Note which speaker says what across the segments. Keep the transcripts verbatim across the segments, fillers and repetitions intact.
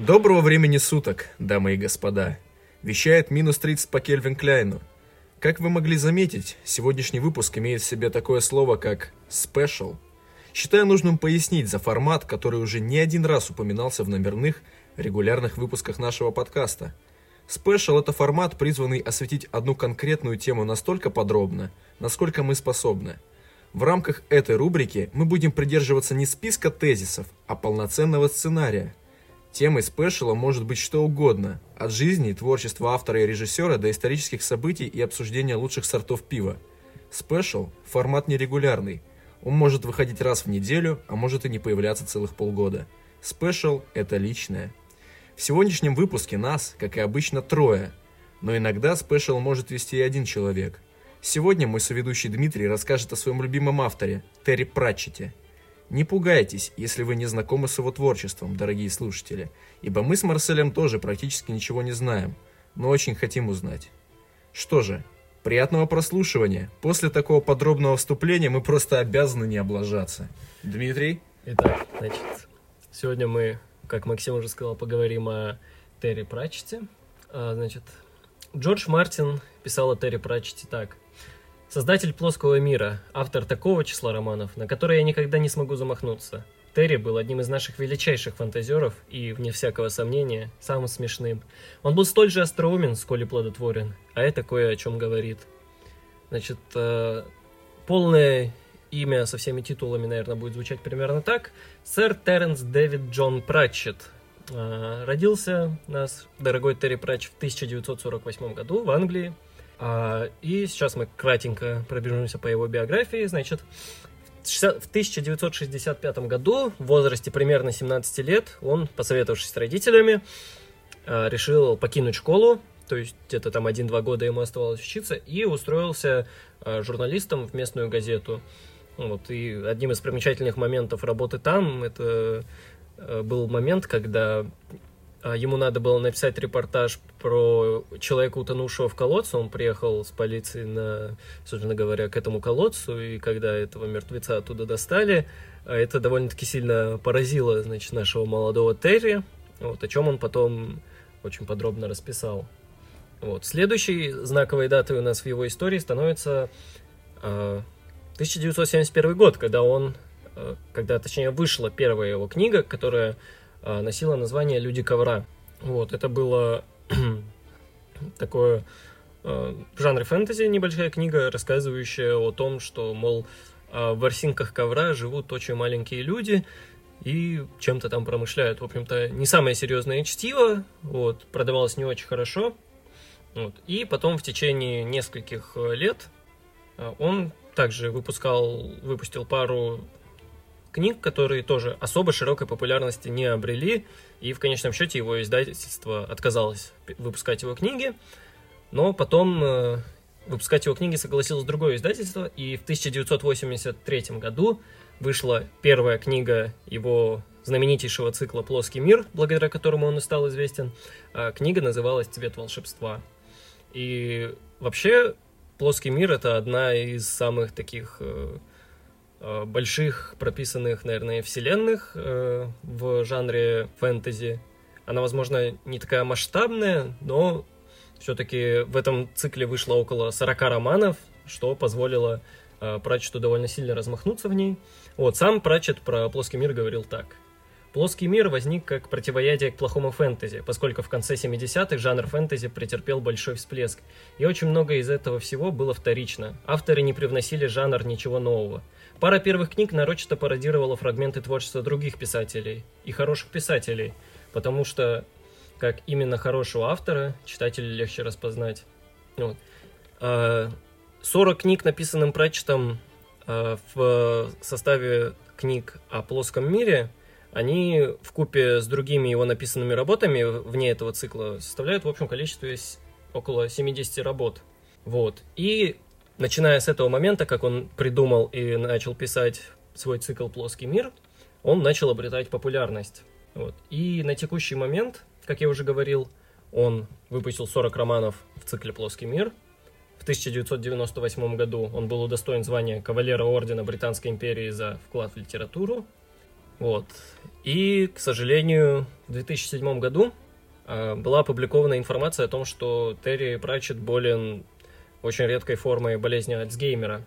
Speaker 1: Доброго времени суток, дамы и господа. Вещает минус тридцать по Кельвин Кляйну. Как вы могли заметить, сегодняшний выпуск имеет в себе такое слово, как «special». Считаю нужным пояснить за формат, который уже не один раз упоминался в номерных, регулярных выпусках нашего подкаста. Special – это формат, призванный осветить одну конкретную тему настолько подробно, насколько мы способны. В рамках этой рубрики мы будем придерживаться не списка тезисов, а полноценного сценария. Темой спешала может быть что угодно, от жизни и творчества автора и режиссера до исторических событий и обсуждения лучших сортов пива. Спешл – формат нерегулярный. Он может выходить раз в неделю, а может и не появляться целых полгода. Спешл – это личное. В сегодняшнем выпуске нас, как и обычно, трое, но иногда спешл может вести и один человек. Сегодня мой соведущий Дмитрий расскажет о своем любимом авторе – Терри Пратчетте. Не пугайтесь, если вы не знакомы с его творчеством, дорогие слушатели, ибо мы с Марселем тоже практически ничего не знаем, но очень хотим узнать. Что же, приятного прослушивания. После такого подробного вступления мы просто обязаны не облажаться. Дмитрий?
Speaker 2: Итак, значит, сегодня мы, как Максим уже сказал, поговорим о Терри Пратчетте. А, значит, Джордж Мартин писал о Терри Пратчетте так. Создатель плоского мира, автор такого числа романов, на которые я никогда не смогу замахнуться. Терри был одним из наших величайших фантазеров и, вне всякого сомнения, самым смешным. Он был столь же остроумен, сколь и плодотворен, а это кое о чем говорит. Значит, э, полное имя со всеми титулами, наверное, будет звучать примерно так. Сэр Теренс Дэвид Джон Пратчетт. Э, родился нас, дорогой Терри Пратчетт, в тысяча девятьсот сорок восьмом году в Англии. А, и сейчас мы кратенько пробежимся по его биографии. Значит, в тысяча девятьсот шестьдесят пятом году, в возрасте примерно семнадцати лет, он, посоветовавшись с родителями, решил покинуть школу, то есть где-то там один-два года ему оставалось учиться, и устроился журналистом в местную газету. Вот, и одним из примечательных моментов работы там, это был момент, когда ему надо было написать репортаж про человека, утонувшего в колодце. Он приехал с полицией, на, собственно говоря, к этому колодцу, и когда этого мертвеца оттуда достали, это довольно-таки сильно поразило, значит, нашего молодого Терри, вот, о чем он потом очень подробно расписал. Вот. Следующей знаковой датой у нас в его истории становится э, тысяча девятьсот семьдесят первый год, когда он, э, когда, точнее, вышла первая его книга, которая носила название «Люди ковра». Вот, это было такое э, в жанре фэнтези небольшая книга, рассказывающая о том, что, мол, в ворсинках ковра живут очень маленькие люди и чем-то там промышляют. В общем-то, не самое серьезное чтиво, вот, продавалось не очень хорошо. Вот, и потом в течение нескольких лет он также выпускал, выпустил пару книг, которые тоже особо широкой популярности не обрели, и в конечном счете его издательство отказалось выпускать его книги, но потом э, выпускать его книги согласилось другое издательство, и в тысяча девятьсот восемьдесят третьем году вышла первая книга его знаменитейшего цикла «Плоский мир», благодаря которому он и стал известен. А книга называлась «Цвет волшебства». И вообще «Плоский мир» — это одна из самых таких э, больших прописанных, наверное, вселенных э, в жанре фэнтези. Она, возможно, не такая масштабная, но все-таки в этом цикле вышло около сорока романов, что позволило э, Пратчетту довольно сильно размахнуться в ней. Вот, сам Пратчетт про «Плоский мир» говорил так. «Плоский мир возник как противоядие к плохому фэнтези, поскольку в конце семидесятых жанр фэнтези претерпел большой всплеск, и очень многое из этого всего было вторично. Авторы не привносили в жанр ничего нового. Пара первых книг нарочито пародировала фрагменты творчества других писателей, и хороших писателей, потому что, как именно хорошего автора, читателю легче распознать. Вот. сорок книг, написанным Пратчеттом в составе книг о плоском мире, они вкупе с другими его написанными работами вне этого цикла составляют в общем количестве около семидесяти работ. Вот. И начиная с этого момента, как он придумал и начал писать свой цикл «Плоский мир», он начал обретать популярность. Вот. И на текущий момент, как я уже говорил, он выпустил сорок романов в цикле «Плоский мир». В тысяча девятьсот девяносто восьмом году он был удостоен звания кавалера ордена Британской империи за вклад в литературу. Вот. И, к сожалению, в две тысячи седьмом году э, была опубликована информация о том, что Терри Пратчетт болен очень редкой формой болезни Альцгеймера.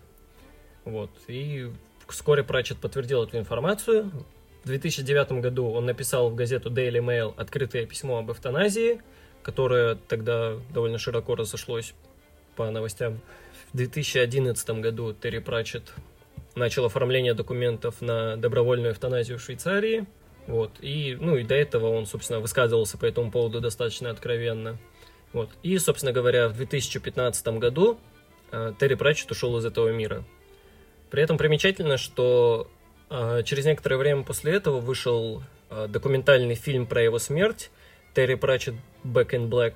Speaker 2: Вот. И вскоре Пратчетт подтвердил эту информацию. В две тысячи девятом году он написал в газету Daily Mail открытое письмо об эвтаназии, которое тогда довольно широко разошлось по новостям. В две тысячи одиннадцатом году Терри Пратчетт начал оформление документов на добровольную эвтаназию в Швейцарии. Вот. И, ну, и до этого он, собственно, высказывался по этому поводу достаточно откровенно. Вот. И, собственно говоря, в две тысячи пятнадцатом году э, Терри Пратчетт ушел из этого мира. При этом примечательно, что э, через некоторое время после этого вышел э, документальный фильм про его смерть «Терри Пратчетт Back in Black»,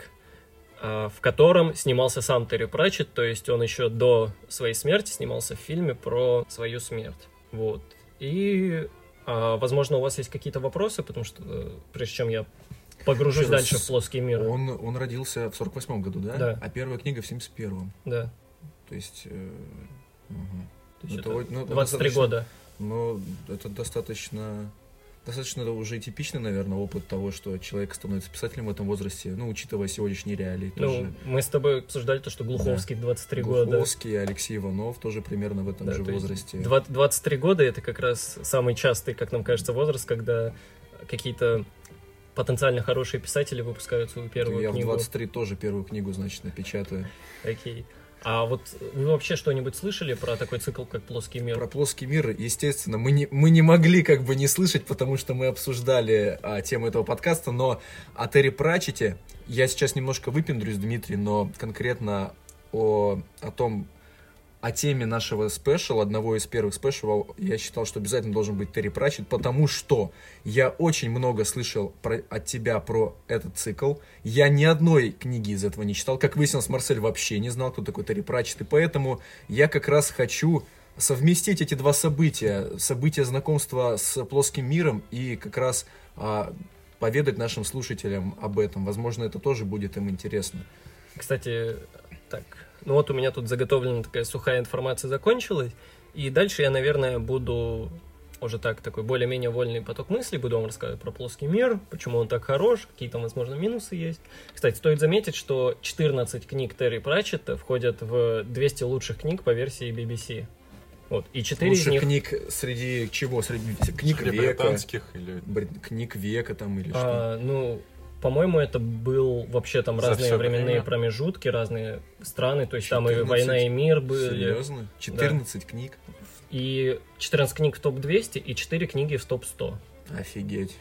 Speaker 2: э, в котором снимался сам Терри Пратчетт, то есть он еще до своей смерти снимался в фильме про свою смерть. Вот. И, э, возможно, у вас есть какие-то вопросы, потому что, э, прежде чем я погружусь дальше в плоский мир.
Speaker 1: Он, он родился в сорок восьмом году, да?
Speaker 2: Да.
Speaker 1: А первая книга в семьдесят первом.
Speaker 2: Да.
Speaker 1: То есть... Э, угу.
Speaker 2: То есть
Speaker 1: это,
Speaker 2: это
Speaker 1: ну,
Speaker 2: двадцать три года.
Speaker 1: Ну, это достаточно... Достаточно уже типичный, наверное, опыт того, что человек становится писателем в этом возрасте, ну, учитывая сегодняшние реалии.
Speaker 2: Ну,
Speaker 1: тоже.
Speaker 2: Мы с тобой обсуждали то, что Глуховский, да, двадцать три
Speaker 1: Глуховский,
Speaker 2: года.
Speaker 1: Глуховский, Алексей Иванов тоже примерно в этом
Speaker 2: да,
Speaker 1: же возрасте.
Speaker 2: двадцать три года — это как раз самый частый, как нам кажется, возраст, когда какие-то потенциально хорошие писатели выпускают свою первую
Speaker 1: Я
Speaker 2: книгу.
Speaker 1: в двадцать три тоже первую книгу, значит, напечатаю.
Speaker 2: Окей. А вот вы вообще что-нибудь слышали про такой цикл, как «Плоский мир»?
Speaker 1: Про «Плоский мир», естественно, мы не, мы не могли как бы не слышать, потому что мы обсуждали а, тему этого подкаста, но о Терри Пратчетте я сейчас немножко выпендрюсь, Дмитрий, но конкретно о, о том, о теме нашего спешала, одного из первых спешалов, я считал, что обязательно должен быть Терри Пратчетт, потому что я очень много слышал про, от тебя про этот цикл. Я ни одной книги из этого не читал. Как выяснилось, Марсель вообще не знал, кто такой Терри Пратчетт, и поэтому я как раз хочу совместить эти два события. События знакомства с «Плоским миром» и как раз а, поведать нашим слушателям об этом. Возможно, это тоже будет им интересно.
Speaker 2: Кстати, так... Ну вот у меня тут заготовлена такая сухая информация закончилась, и дальше я, наверное, буду уже так, такой более-менее вольный поток мыслей, буду вам рассказывать про «Плоский мир», почему он так хорош, какие там, возможно, минусы есть. Кстати, стоит заметить, что четырнадцать книг Терри Пратчетта входят в двести лучших книг по версии би би си. Вот. И четыре
Speaker 1: Лучших
Speaker 2: из них...
Speaker 1: книг среди чего? Среди книг
Speaker 3: Среди
Speaker 1: века?
Speaker 3: британских или...
Speaker 1: Брит... Книг века там или
Speaker 2: а,
Speaker 1: что?
Speaker 2: Ну... По-моему, это был вообще там
Speaker 3: За
Speaker 2: разные
Speaker 3: всё
Speaker 2: временные
Speaker 3: время?
Speaker 2: промежутки, разные страны, то есть там и
Speaker 1: четырнадцать?
Speaker 2: «Война и мир» были.
Speaker 1: Серьезно? четырнадцать книг?
Speaker 2: И четырнадцать книг в топ двести и четыре книги в топ сто.
Speaker 1: Офигеть.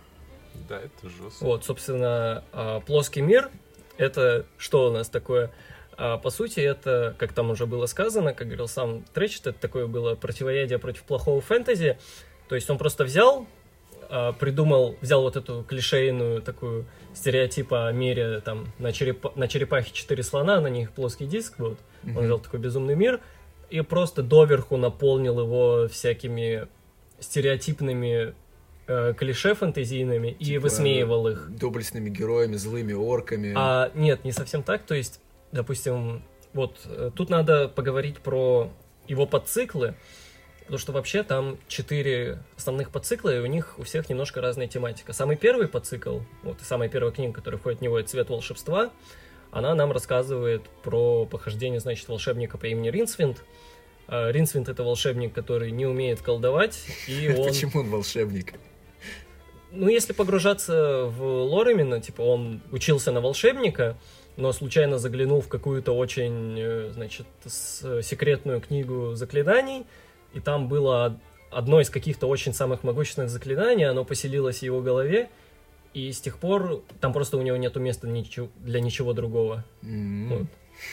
Speaker 3: Да, это жестко.
Speaker 2: Вот, собственно, а, «Плоский мир» — это что у нас такое? А, по сути, это, как там уже было сказано, как говорил сам Пратчетт, это такое было противоядие против плохого фэнтези. То есть он просто взял, а, придумал, взял вот эту клишейную такую стереотип о мире, там, на, череп... на черепахе четыре слона, на них плоский диск, вот.
Speaker 1: Мгм.
Speaker 2: Он взял такой безумный мир и просто доверху наполнил его всякими стереотипными э, клише фэнтезийными и
Speaker 1: Типа,
Speaker 2: высмеивал их.
Speaker 1: Доблестными героями, злыми орками.
Speaker 2: А нет, не совсем так. То есть, допустим, вот э, тут надо поговорить про его подциклы, потому что вообще там четыре основных подцикла, и у них у всех немножко разная тематика. Самый первый подцикл, вот самая первая книга, которая входит в него, это «Цвет волшебства», она нам рассказывает про похождение, значит, волшебника по имени Ринсвинд. А Ринсвинд — это волшебник, который не умеет колдовать, и он...
Speaker 1: Почему он волшебник?
Speaker 2: Ну, если погружаться в лор именно, типа, он учился на волшебника, но случайно заглянул в какую-то очень, э, значит, с- секретную книгу заклинаний, и там было одно из каких-то очень самых могущественных заклинаний, оно поселилось в его голове, и с тех пор там просто у него нету места ничего- для ничего другого.
Speaker 1: М.
Speaker 2: Вот.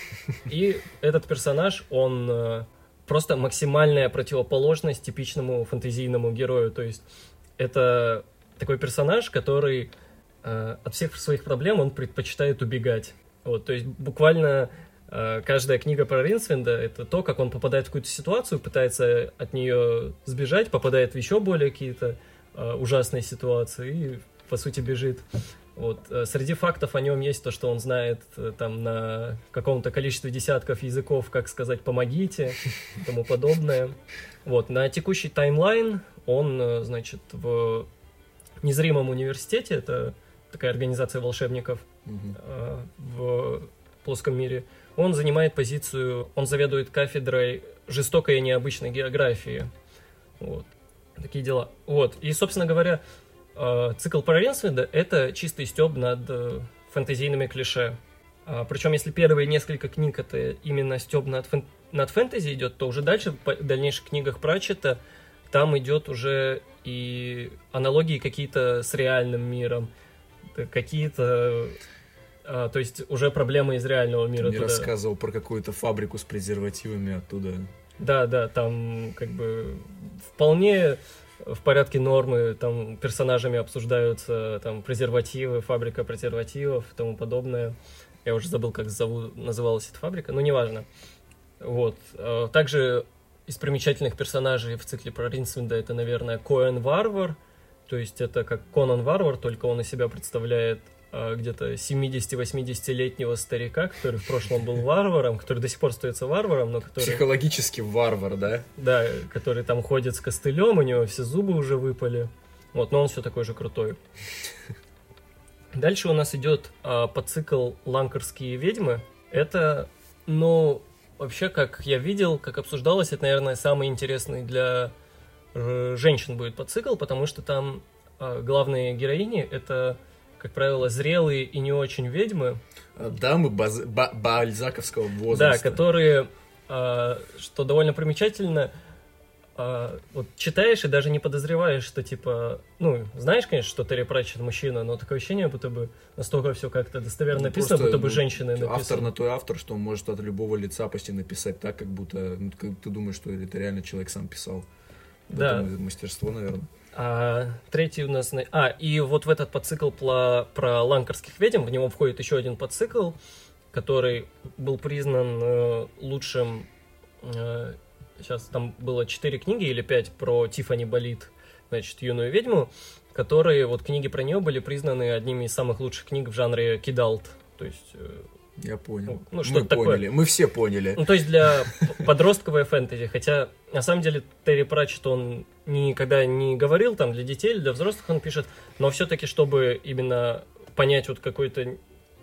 Speaker 2: И этот персонаж, он э, просто максимальная противоположность типичному фэнтезийному герою. То есть это такой персонаж, который э, от всех своих проблем он предпочитает убегать. Вот, то есть буквально э, каждая книга про Ринсвинда — это то, как он попадает в какую-то ситуацию, пытается от нее сбежать, попадает в еще более какие-то э, ужасные ситуации и, по сути, бежит. Вот. э, Среди фактов о нем есть то, что он знает э, там на каком-то количестве десятков языков, как сказать «помогите» и тому подобное. Вот. На текущий таймлайн он, э, значит, в Незримом университете, это такая организация волшебников
Speaker 1: Мгм.
Speaker 2: э, в плоском мире, он занимает позицию, он заведует кафедрой жестокой и необычной географии. Вот. Такие дела. Вот. И, собственно говоря, э, цикл про Ринсвинда — это чистый стёб над э, фэнтезийными клише. А, причем, если первые несколько книг это именно стёб над, фэн- над фэнтези идет, то уже дальше, по- в дальнейших книгах Пратчетта, там идет уже и аналогии какие-то с реальным миром, т- какие-то... а, то есть уже проблемы из реального
Speaker 1: Ты
Speaker 2: мира
Speaker 1: мне
Speaker 2: туда.
Speaker 1: рассказывал про какую-то фабрику с презервативами оттуда.
Speaker 2: Да, да, там как бы вполне в порядке нормы, там персонажами обсуждаются там презервативы, фабрика презервативов и тому подобное. Я уже забыл, как зову, называлась эта фабрика, но неважно. Вот. А, Также из примечательных персонажей в цикле про Ринсвинда это, наверное, Коэн Варвар. То есть это как Конан Варвар, только он из себя представляет а, где-то семидесяти-восьмидесятилетнего старика, который в прошлом был варваром, который до сих пор остается варваром, но который...
Speaker 1: Психологически варвар, да?
Speaker 2: Да, который там ходит с костылем, у него все зубы уже выпали. Вот, но он все такой же крутой. Дальше у нас идет а, подцикл «Ланкарские ведьмы». Это, ну, вообще, как я видел, как обсуждалось, это, наверное, самый интересный для э, женщин будет подцикл, потому что там а, главные героини — это, как правило, зрелые и не очень ведьмы,
Speaker 1: Дамы баз... ба- бальзаковского возраста.
Speaker 2: да, которые, а, что довольно примечательно, а, вот читаешь и даже не подозреваешь, что типа, ну, знаешь, конечно, что Терри Пратчетт мужчина, но такое ощущение, будто бы настолько все как-то достоверно
Speaker 1: Ну,
Speaker 2: написано,
Speaker 1: просто,
Speaker 2: будто бы
Speaker 1: ну,
Speaker 2: женщины
Speaker 1: Автор
Speaker 2: написано.
Speaker 1: на то и автор, что он может от любого лица почти написать так, как будто ну, как ты думаешь, что это реально человек сам писал. В
Speaker 2: Да.
Speaker 1: этом мастерство, наверное.
Speaker 2: А третий у нас... на- А, и вот в этот подцикл про, про ланкарских ведьм, в него входит еще один подцикл, который был признан э, лучшим... э, сейчас там было четыре книги или пять про Тиффани Болит, значит, юную ведьму, которые, вот книги про нее были признаны одними из самых лучших книг в жанре кидалт. То есть... э,
Speaker 1: Я понял.
Speaker 2: Ну, ну,
Speaker 1: Мы
Speaker 2: что-то такое.
Speaker 1: поняли. Мы все поняли.
Speaker 2: Ну, то есть для п- подростковой фэнтези. Хотя, на самом деле, Терри Пратчетт, он никогда не говорил там для детей или для взрослых он пишет, но все-таки, чтобы именно понять вот какой-то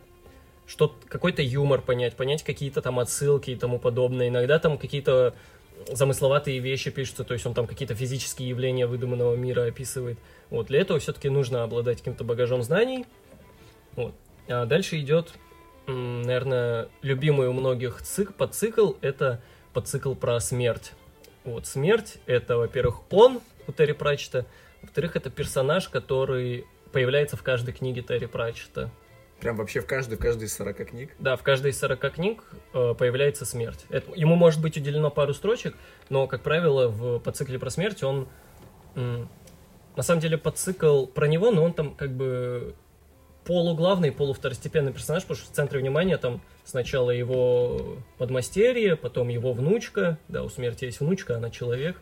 Speaker 2: что какой-то юмор понять, понять какие-то там отсылки и тому подобное. Иногда там какие-то замысловатые вещи пишутся, то есть он там какие-то физические явления выдуманного мира описывает. Вот. Для этого все-таки нужно обладать каким-то багажом знаний. Вот. А дальше идет, м, наверное, любимый у многих цик, подцикл, это подцикл про смерть. Вот, смерть — это, во-первых, он у Терри Пратчетта, во-вторых, это персонаж, который появляется в каждой книге Терри Пратчетта.
Speaker 1: Прям вообще в каждой, в каждой из сорока книг.
Speaker 2: Да, в каждой из сорока книг э, появляется смерть. Это- ему может быть уделено пару строчек, но, как правило, в подцикле про смерть он... м, на самом деле, подцикл про него, но он там как бы полуглавный, полувторостепенный персонаж, потому что в центре внимания там сначала его подмастерье, потом его внучка. Да, у смерти есть внучка, она человек.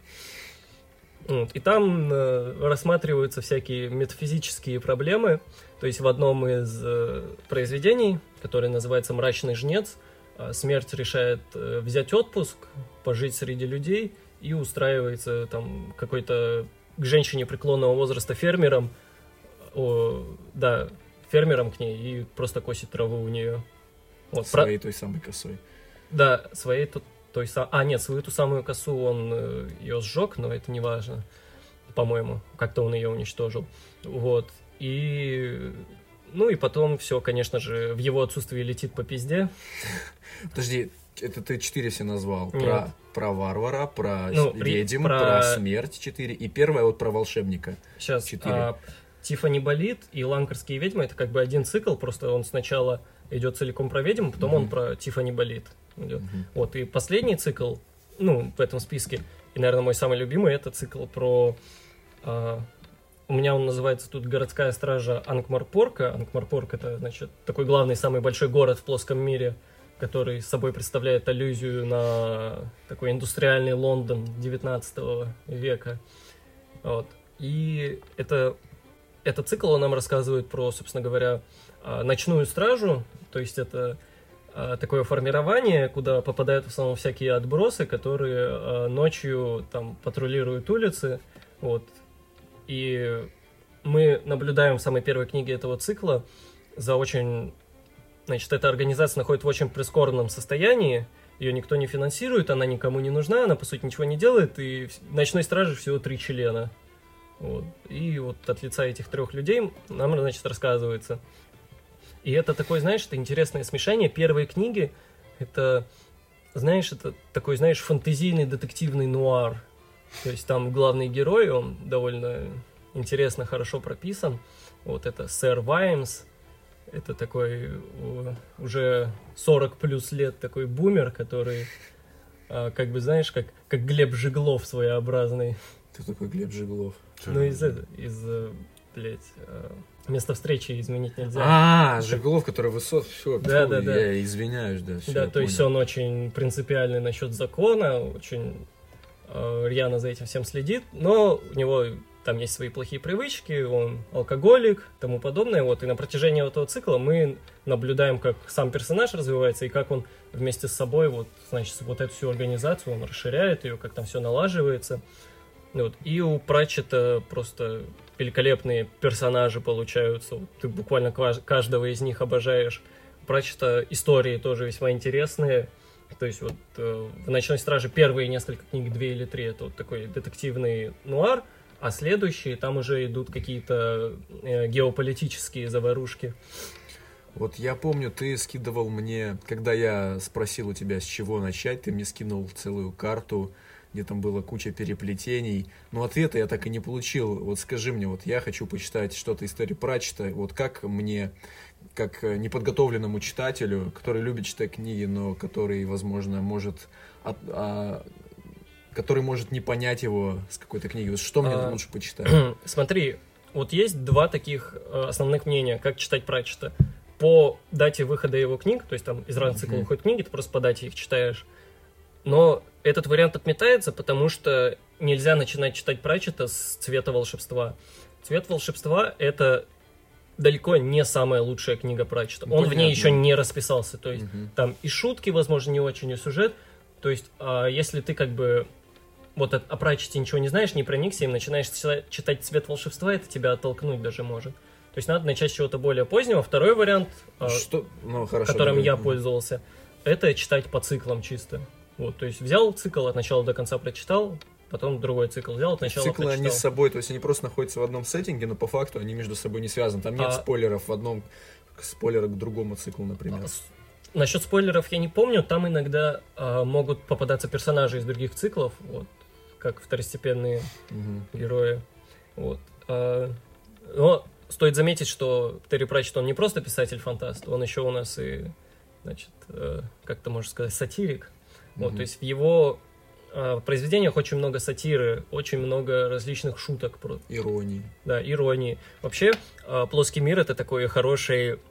Speaker 2: Вот. И там э, рассматриваются всякие метафизические проблемы. То есть в одном из э, произведений, которое называется «Мрачный жнец», э, смерть решает э, взять отпуск, пожить среди людей и устраивается там какой-то к женщине преклонного возраста фермером, о, да, фермером к ней и просто косит траву у нее. Вот, про-
Speaker 1: Своей той самой косой.
Speaker 2: да, своей тут той са- А, нет, свою ту самую косу он э, ее сжег, но это не важно, по-моему. Как-то он ее уничтожил. Вот. И... Ну и потом все, конечно же, в его отсутствии летит по пизде.
Speaker 1: Подожди, это ты четыре все назвал.
Speaker 2: Нет.
Speaker 1: Про, про варвара, про
Speaker 2: Ну,
Speaker 1: ведьм,
Speaker 2: про-
Speaker 1: про... смерть четыре. И первое вот про волшебника.
Speaker 2: Сейчас
Speaker 1: Четыре.
Speaker 2: а, Тиффани Болит и Ланкарские ведьмы — это как бы один цикл, просто он сначала идет целиком про ведьм, потом
Speaker 1: Мгм.
Speaker 2: он про Тиффани Болит идет.
Speaker 1: Мгм.
Speaker 2: Вот, и последний цикл, ну, в этом списке, и, наверное, мой самый любимый, это цикл про... а, у меня он называется тут «Городская стража Анкмарпорка». Анкмарпорк — это, значит, такой главный, самый большой город в плоском мире, который собой представляет аллюзию на такой индустриальный Лондон девятнадцатого века. Вот. И это, этот цикл он нам рассказывает про, собственно говоря, а, ночную стражу, то есть это а, такое формирование, куда попадают в основном всякие отбросы, которые а, ночью там патрулируют улицы, Вот. И мы наблюдаем в самой первой книге этого цикла за очень... Значит, эта организация находится в очень прискорбном состоянии, ее никто не финансирует, она никому не нужна, она, по сути, ничего не делает, и в ночной страже всего три члена. Вот. И вот от лица этих трех людей нам, значит, рассказывается. И это такое, знаешь, это интересное смешение. Первые книги, это, знаешь, это такой, знаешь, фэнтезийный детективный нуар. То есть там главный герой, он довольно интересно, хорошо прописан. Вот это сэр Ваймс. Это такой уже сорок плюс лет такой бумер, который, как бы, знаешь, как, как Глеб Жиглов своеобразный.
Speaker 1: Ты такой Глеб Жиглов?
Speaker 2: Ну, из, из, блядь, места встречи изменить нельзя.
Speaker 1: А, Жиглов, который высот, все,
Speaker 2: да,
Speaker 1: фу,
Speaker 2: да, да.
Speaker 1: Я извиняюсь, да, все,
Speaker 2: Да,
Speaker 1: я
Speaker 2: то
Speaker 1: понял.
Speaker 2: есть он очень принципиальный насчет закона, очень э, рьяно за этим всем следит, но у него там есть свои плохие привычки, он алкоголик, тому подобное. Вот, и на протяжении этого цикла мы наблюдаем, как сам персонаж развивается и как он вместе с собой, вот, значит, вот эту всю организацию, он расширяет ее, как там все налаживается. Вот. И у Пратчета просто великолепные персонажи получаются. Вот, ты буквально каждого из них обожаешь. У Пратчета истории тоже весьма интересные. То есть вот э, в «Ночной страже» первые несколько книг, две или три, это вот такой детективный нуар, а следующие там уже идут какие-то э, геополитические заварушки.
Speaker 1: Вот я помню, ты скидывал мне, когда я спросил у тебя, с чего начать, ты мне скинул целую карту, где там была куча переплетений, но ответа я так и не получил. Вот скажи мне, вот я хочу почитать что-то из Терри Пратчета, вот как мне, как неподготовленному читателю, который любит читать книги, но который, возможно, может, от, а, который может не понять его с какой-то книги, вот что мне
Speaker 2: а,
Speaker 1: лучше почитать?
Speaker 2: Смотри, вот есть два таких основных мнения, как читать Пратчета. По дате выхода его книг, то есть там из разных циклов выходят книги, ты просто по дате их читаешь. Но этот вариант отметается, потому что нельзя начинать читать Пратчета с «Цвета волшебства». «Цвет волшебства» — это далеко не самая лучшая книга Пратчета.
Speaker 1: Ну,
Speaker 2: Он
Speaker 1: понятно.
Speaker 2: в ней еще не расписался. То есть
Speaker 1: Угу.
Speaker 2: там и шутки, возможно, не очень, и сюжет. То есть а если ты как бы вот о Пратчете ничего не знаешь, не проникся им, начинаешь читать «Цвет волшебства», это тебя оттолкнуть даже может. То есть надо начать с чего-то более позднего. Второй вариант,
Speaker 1: Что? Ну, хорошо,
Speaker 2: которым
Speaker 1: давай.
Speaker 2: я пользовался, это читать по циклам чисто. Вот, то есть взял цикл, от начала до конца прочитал, потом другой цикл взял, от начала
Speaker 1: Циклы
Speaker 2: прочитал.
Speaker 1: они с собой, то есть они просто находятся в одном сеттинге, но по факту они между собой не связаны. Там нет
Speaker 2: А...
Speaker 1: спойлеров в одном, спойлера к другому циклу, например.
Speaker 2: А, с... Насчет спойлеров я не помню, там иногда а, могут попадаться персонажи из других циклов, вот, как второстепенные
Speaker 1: Угу.
Speaker 2: герои. Вот. А, но стоит заметить, что Терри Пратчетт, он не просто писатель-фантаст, он еще у нас и, значит, э, как ты можешь сказать, сатирик. Вот,
Speaker 1: Мгм.
Speaker 2: то есть в его э, произведениях очень много сатиры, очень много различных шуток, про,
Speaker 1: Иронии.
Speaker 2: да, иронии. Вообще, э, «Плоский мир» — это такой хороший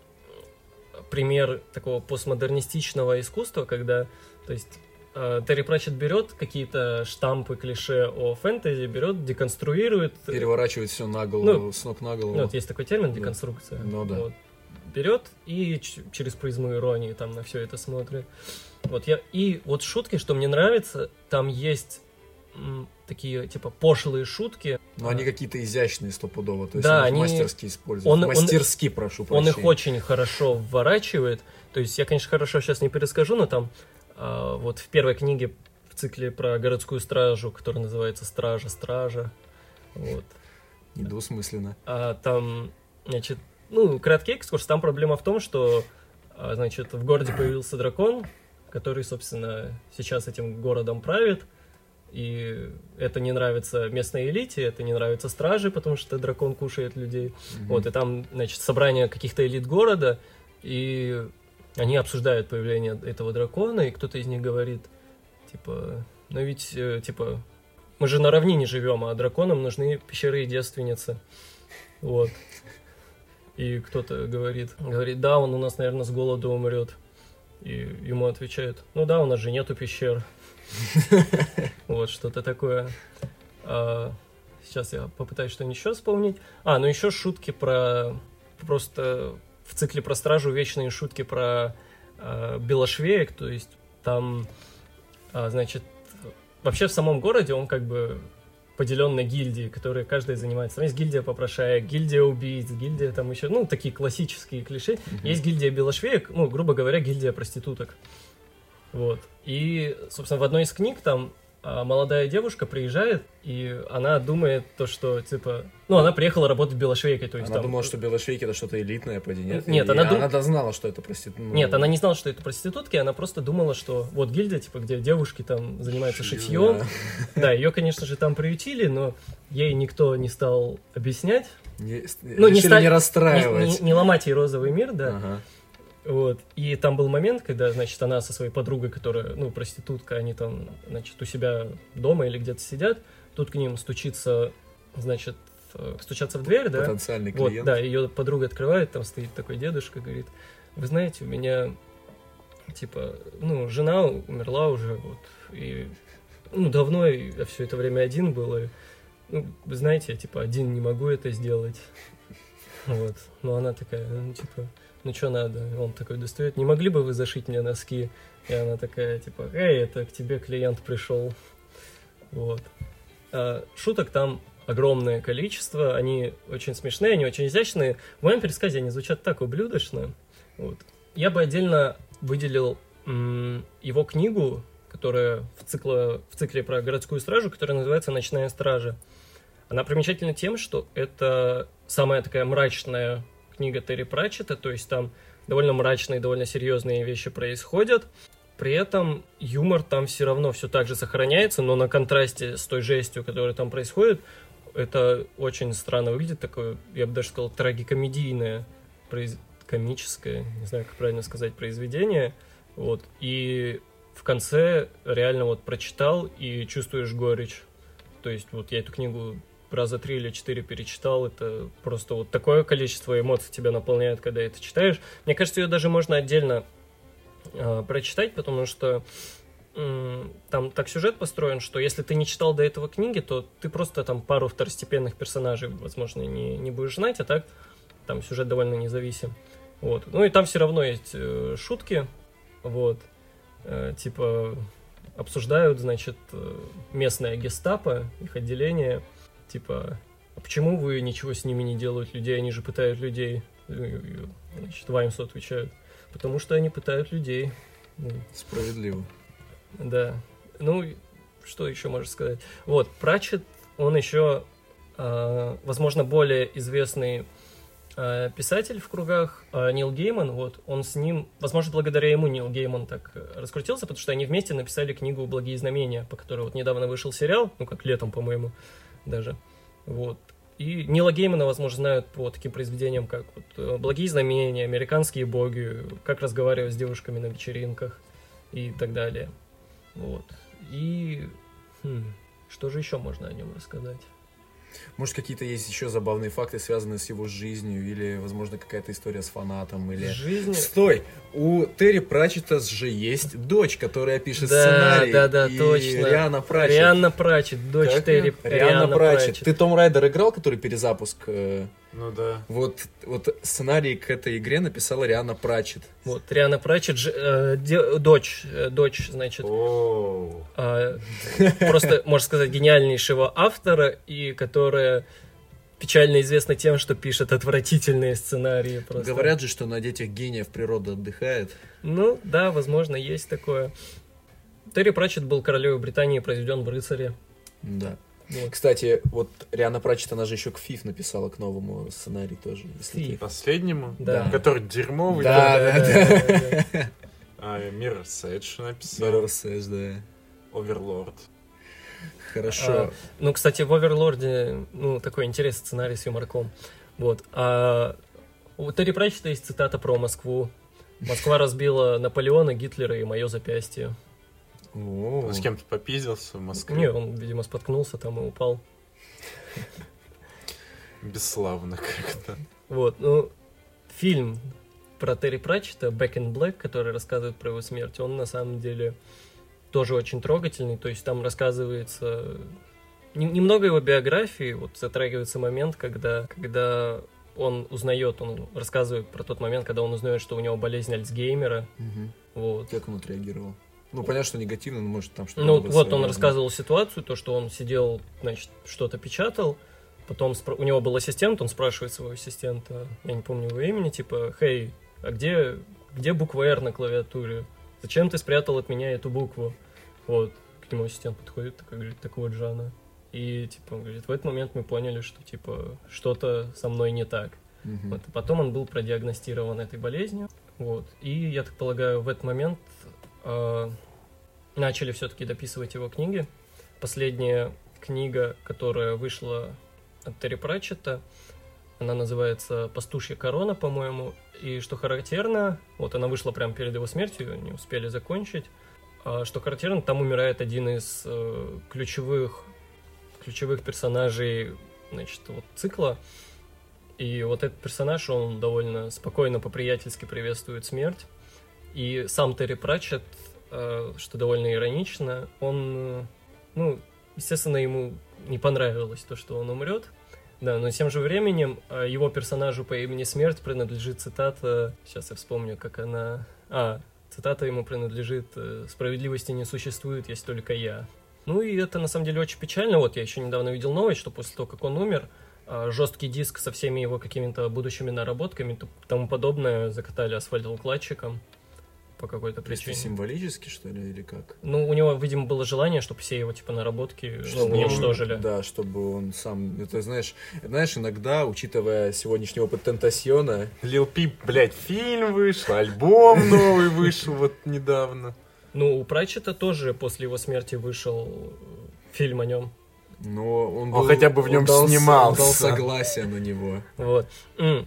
Speaker 2: пример такого постмодернистичного искусства, когда, то есть, э, Терри Пратчетт берет какие-то штампы, клише о фэнтези, берет, деконструирует.
Speaker 1: Переворачивает все на голову,
Speaker 2: Ну,
Speaker 1: с ног на голову.
Speaker 2: Ну, вот есть такой термин —
Speaker 1: Да.
Speaker 2: деконструкция.
Speaker 1: Ну да.
Speaker 2: Вот. Берет и ч- через призму иронии там на все это смотрит. Вот я и вот шутки, что мне нравится, там есть м, такие типа пошлые шутки.
Speaker 1: Но они какие-то изящные стопудово, то есть
Speaker 2: Да,
Speaker 1: он их
Speaker 2: они-
Speaker 1: мастерски использует.
Speaker 2: он- он-
Speaker 1: мастерски, прошу
Speaker 2: Он
Speaker 1: прощения.
Speaker 2: их очень хорошо вворачивает. То есть я, конечно, хорошо сейчас не перескажу, но там а, вот в первой книге в цикле про городскую стражу, которая называется «Стража, стража», вот.
Speaker 1: Недвусмысленно.
Speaker 2: А там, значит, ну, краткий экскурс, там проблема в том, что, а, значит, в городе появился дракон, который, собственно, сейчас этим городом правит, и это не нравится местной элите, это не нравится страже, потому что дракон кушает людей.
Speaker 1: Мгм.
Speaker 2: Вот, и там, значит, собрание каких-то элит города, и они обсуждают появление этого дракона, и кто-то из них говорит, типа, ну ведь, э, типа, мы же на равнине живем, а драконам нужны пещеры и девственницы. Вот. И кто-то говорит, говорит, да, он у нас, наверное, с голоду умрет. И ему отвечают, ну да, у нас же нету пещер. Вот, что-то такое. А, сейчас я попытаюсь что-нибудь еще вспомнить. А, ну еще шутки про... Просто в цикле про стражу вечные шутки про а, белошвеек. То есть там, а, значит, вообще в самом городе он как бы поделен на гильдии, которые каждая занимается. Там есть гильдия попрошаек, гильдия убийц, гильдия там еще, ну, такие классические клише. Mm-hmm. Есть гильдия белошвеек, ну, грубо говоря, гильдия проституток. Вот. И, собственно, в одной из книг там а, молодая девушка приезжает, и она думает то, что, типа... Ну, она приехала работать белошвейкой, то есть
Speaker 1: Она
Speaker 2: там...
Speaker 1: думала, что белошвейки это что-то элитное, поди, нет?
Speaker 2: Нет,
Speaker 1: И
Speaker 2: она дум-
Speaker 1: она знала, что это проститутки. Ну...
Speaker 2: Нет, она не знала, что это проститутки, она просто думала, что вот гильдия, типа, где девушки там занимаются шитьем. Да, ее, конечно же, там приютили, но ей никто не стал объяснять.
Speaker 1: Не,
Speaker 2: ну, не, ста...
Speaker 1: не расстраивать.
Speaker 2: Не, не, не ломать ей розовый мир, да.
Speaker 1: Ага.
Speaker 2: Вот. И там был момент, когда, значит, она со своей подругой, которая, ну, проститутка, они там, значит, у себя дома или где-то сидят, тут к ним стучится, значит, стучаться в дверь, да.
Speaker 1: Потенциальный
Speaker 2: вот,
Speaker 1: клиент.
Speaker 2: да, ее подруга открывает, там стоит такой дедушка, говорит, вы знаете, у меня, типа, ну, жена умерла уже, вот, и, ну, давно я все это время один был, и, ну, вы знаете, я, типа, один не могу это сделать. Вот. Но она такая, ну, типа, ну, что надо? Он такой достает, не могли бы вы зашить мне носки? И она такая, типа, эй, это к тебе клиент пришел. Вот. А шуток там огромное количество, они очень смешные, они очень изящные. В моем пересказе они звучат так ублюдочно. Вот. Я бы отдельно выделил м- его книгу, которая в, цикле, в цикле про городскую стражу, которая называется «Ночная стража». Она примечательна тем, что это самая такая мрачная книга Терри Пратчетта, то есть там довольно мрачные, довольно серьезные вещи происходят. При этом юмор там все равно все так же сохраняется, но на контрасте с той жестью, которая там происходит, это очень странно выглядит, такое, я бы даже сказал, трагикомедийное, произ... комическое, не знаю, как правильно сказать, произведение. Вот. И в конце реально вот прочитал и чувствуешь горечь. То есть вот я эту книгу раза три или четыре перечитал, это просто вот такое количество эмоций тебя наполняет, когда это читаешь. Мне кажется, ее даже можно отдельно э, прочитать, потому что э, там так сюжет построен, что если ты не читал до этого книги, то ты просто там пару второстепенных персонажей, возможно, не, не будешь знать, а так там сюжет довольно независим. Вот. Ну и там все равно есть э, шутки, вот, э, типа обсуждают, значит, местное гестапо, их отделение, типа, а почему вы ничего с ними не делают, людей, они же пытают людей. Значит, Ваймсу отвечают, потому что они пытают людей.
Speaker 1: Справедливо.
Speaker 2: Да. Ну, что еще можно сказать? Вот, Пратчетт, он еще, э, возможно, более известный э, писатель в кругах, э, Нил Гейман, вот, он с ним, возможно, благодаря ему Нил Гейман так раскрутился, потому что они вместе написали книгу «Благие знамения», по которой вот недавно вышел сериал, ну, как летом, по-моему, даже, вот. И Нила Геймана, возможно, знают по таким произведениям, как вот «Благие знамения», «Американские боги», «Как разговаривать с девушками на вечеринках» и так далее. Вот. И хм, что же еще можно о нем рассказать?
Speaker 1: Может, какие-то есть еще забавные факты, связанные с его жизнью, или, возможно, какая-то история с фанатом, или...
Speaker 2: Жизнь...
Speaker 1: Стой! У Терри Пратчетта же есть дочь, которая пишет
Speaker 2: да,
Speaker 1: сценарий.
Speaker 2: Да, да,
Speaker 1: и
Speaker 2: точно.
Speaker 1: Рианна Пратчетт.
Speaker 2: Рианна Пратчетт, дочь
Speaker 1: как
Speaker 2: Терри.
Speaker 1: Рианна,
Speaker 2: Рианна
Speaker 1: Пратчетт.
Speaker 2: Пратчетт.
Speaker 1: Ты Том Райдер играл, который перезапуск? Э...
Speaker 3: Ну да.
Speaker 1: Вот, вот сценарий к этой игре написала Рианна Пратчетт.
Speaker 2: Вот, Рианна Пратчетт, ж, э, де, дочь, э, дочь, значит,
Speaker 3: Оу.
Speaker 2: э, просто, можно сказать, гениальнейшего автора, и которая печально известна тем, что пишет отвратительные сценарии. Просто.
Speaker 1: Говорят же, что на детях гениев природа отдыхает.
Speaker 2: Ну, да, возможно, есть такое. Терри Пратчетт был королевой Британии, произведен в «Рыцаре».
Speaker 1: Да.
Speaker 2: Вот.
Speaker 1: Кстати, вот Рианна Пратчетт, она же еще к Фиф написала, к новому сценарию тоже. Если
Speaker 2: Фиф.
Speaker 1: ты...
Speaker 3: Последнему?
Speaker 2: Да.
Speaker 3: Который дерьмовый?
Speaker 1: Да, да, да.
Speaker 2: да, да.
Speaker 3: А, Mirror's Edge написал.
Speaker 1: Mirror's Edge, да.
Speaker 3: Overlord.
Speaker 1: Хорошо.
Speaker 2: А, ну, кстати, в «Оверлорде» ну, такой интересный сценарий с юморком. Вот. А у Терри Пратчетта есть цитата про Москву. «Москва разбила Наполеона, Гитлера и мое запястье».
Speaker 1: О.
Speaker 3: Он с кем-то попиздился в Москве.
Speaker 2: Не, он, видимо, споткнулся там и упал.
Speaker 3: Бесславно как-то.
Speaker 2: Вот, ну, фильм про Терри Пратчетта «Back in Black», который рассказывает про его смерть, он на самом деле тоже очень трогательный. То есть там рассказывается немного его биографии, вот затрагивается момент, когда, когда он узнает, он рассказывает про тот момент, когда он узнает, что у него болезнь Альцгеймера.
Speaker 1: Угу.
Speaker 2: Вот.
Speaker 1: Как он отреагировал? Ну, понятно, что негативно, но может там что-то...
Speaker 2: Ну,
Speaker 1: было
Speaker 2: вот он
Speaker 1: связано.
Speaker 2: рассказывал ситуацию, то, что он сидел, значит, что-то печатал, потом спро- у него был ассистент, он спрашивает своего ассистента, я не помню его имени, типа, «Хей, а где, где буква «Р» на клавиатуре? Зачем ты спрятал от меня эту букву?» Вот, к нему ассистент подходит, такой, говорит, так вот же она. И, типа, он говорит, в этот момент мы поняли, что, типа, что-то со мной не так.
Speaker 1: Мгм.
Speaker 2: Вот, и потом он был продиагностирован этой болезнью. Вот. И, я так полагаю, в этот момент э, начали все-таки дописывать его книги. Последняя книга, которая вышла от Терри Пратчетта, она называется «Пастушья корона», по-моему. И что характерно, вот она вышла прямо перед его смертью, не успели закончить. А что характерно, там умирает один из э, ключевых, ключевых персонажей, значит, вот, цикла. И вот этот персонаж, он довольно спокойно, по-приятельски приветствует смерть. И сам Терри Пратчетт, э, что довольно иронично, он, э, ну, естественно, ему не понравилось то, что он умрет. Да, но тем же временем э, его персонажу по имени Смерть принадлежит цитата, сейчас я вспомню, как она... А, цитата ему принадлежит э, «Справедливости не существует, есть только я». Ну и это на самом деле очень печально. Вот я еще недавно видел новость, что после того, как он умер, жесткий диск со всеми его какими-то будущими наработками и тому подобное закатали асфальтоукладчиком по какой-то
Speaker 1: То есть
Speaker 2: причине.
Speaker 1: символически, что ли, или как?
Speaker 2: Ну, у него, видимо, было желание, чтобы все его, типа, наработки
Speaker 1: Чтобы он-
Speaker 2: уничтожили.
Speaker 1: Да, чтобы он сам... Это, знаешь, знаешь, иногда, учитывая сегодняшний опыт Тентасьона,
Speaker 3: Лил Пип, блядь, фильм вышел, альбом новый вышел вот недавно.
Speaker 2: Ну, у Пратчетта тоже после его смерти вышел фильм о нем.
Speaker 1: но он,
Speaker 3: Он хотя бы в нем
Speaker 1: он дал,
Speaker 3: снимался.
Speaker 1: он дал согласие на него.
Speaker 2: Вот. М.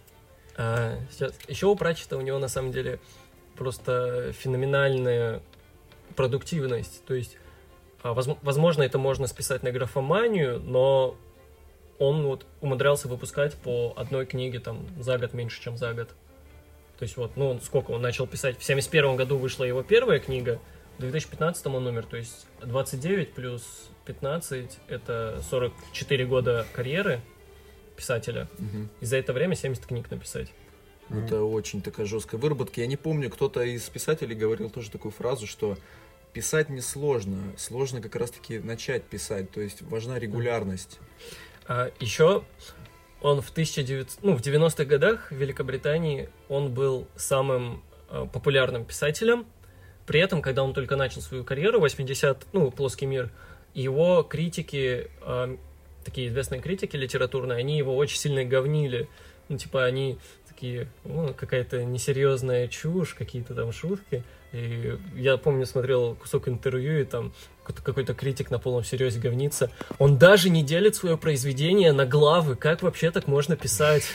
Speaker 2: А, сейчас. Еще у Пратчетта у него, на самом деле, просто феноменальная продуктивность. То есть, а, возм- возможно, это можно списать на графоманию, но он вот умудрялся выпускать по одной книге там за год, меньше, чем за год. То есть вот, ну, он сколько он начал писать? В семьдесят первом году вышла его первая книга, в две тысячи пятнадцатом он умер, то есть двадцать девять плюс пятнадцать — это сорок четыре года карьеры писателя.
Speaker 1: Мгм.
Speaker 2: И за это время семьдесят книг написать.
Speaker 1: Это очень такая жесткая выработка. Я не помню, кто-то из писателей говорил тоже такую фразу, что писать несложно, сложно как раз-таки начать писать, то есть важна регулярность.
Speaker 2: А еще он в тысяча девятьсот, ну, в девяностых годах в Великобритании он был самым э, популярным писателем. При этом, когда он только начал свою карьеру, восьмидесятые, ну, «Плоский мир», его критики, э, такие известные критики литературные, они его очень сильно говнили. Ну, типа, они такие, ну, какая-то несерьезная чушь, какие-то там шутки. И я помню, смотрел кусок интервью, и там какой-то, какой-то критик на полном серьезе говнится. Он даже не делит свое произведение на главы. Как вообще так можно писать?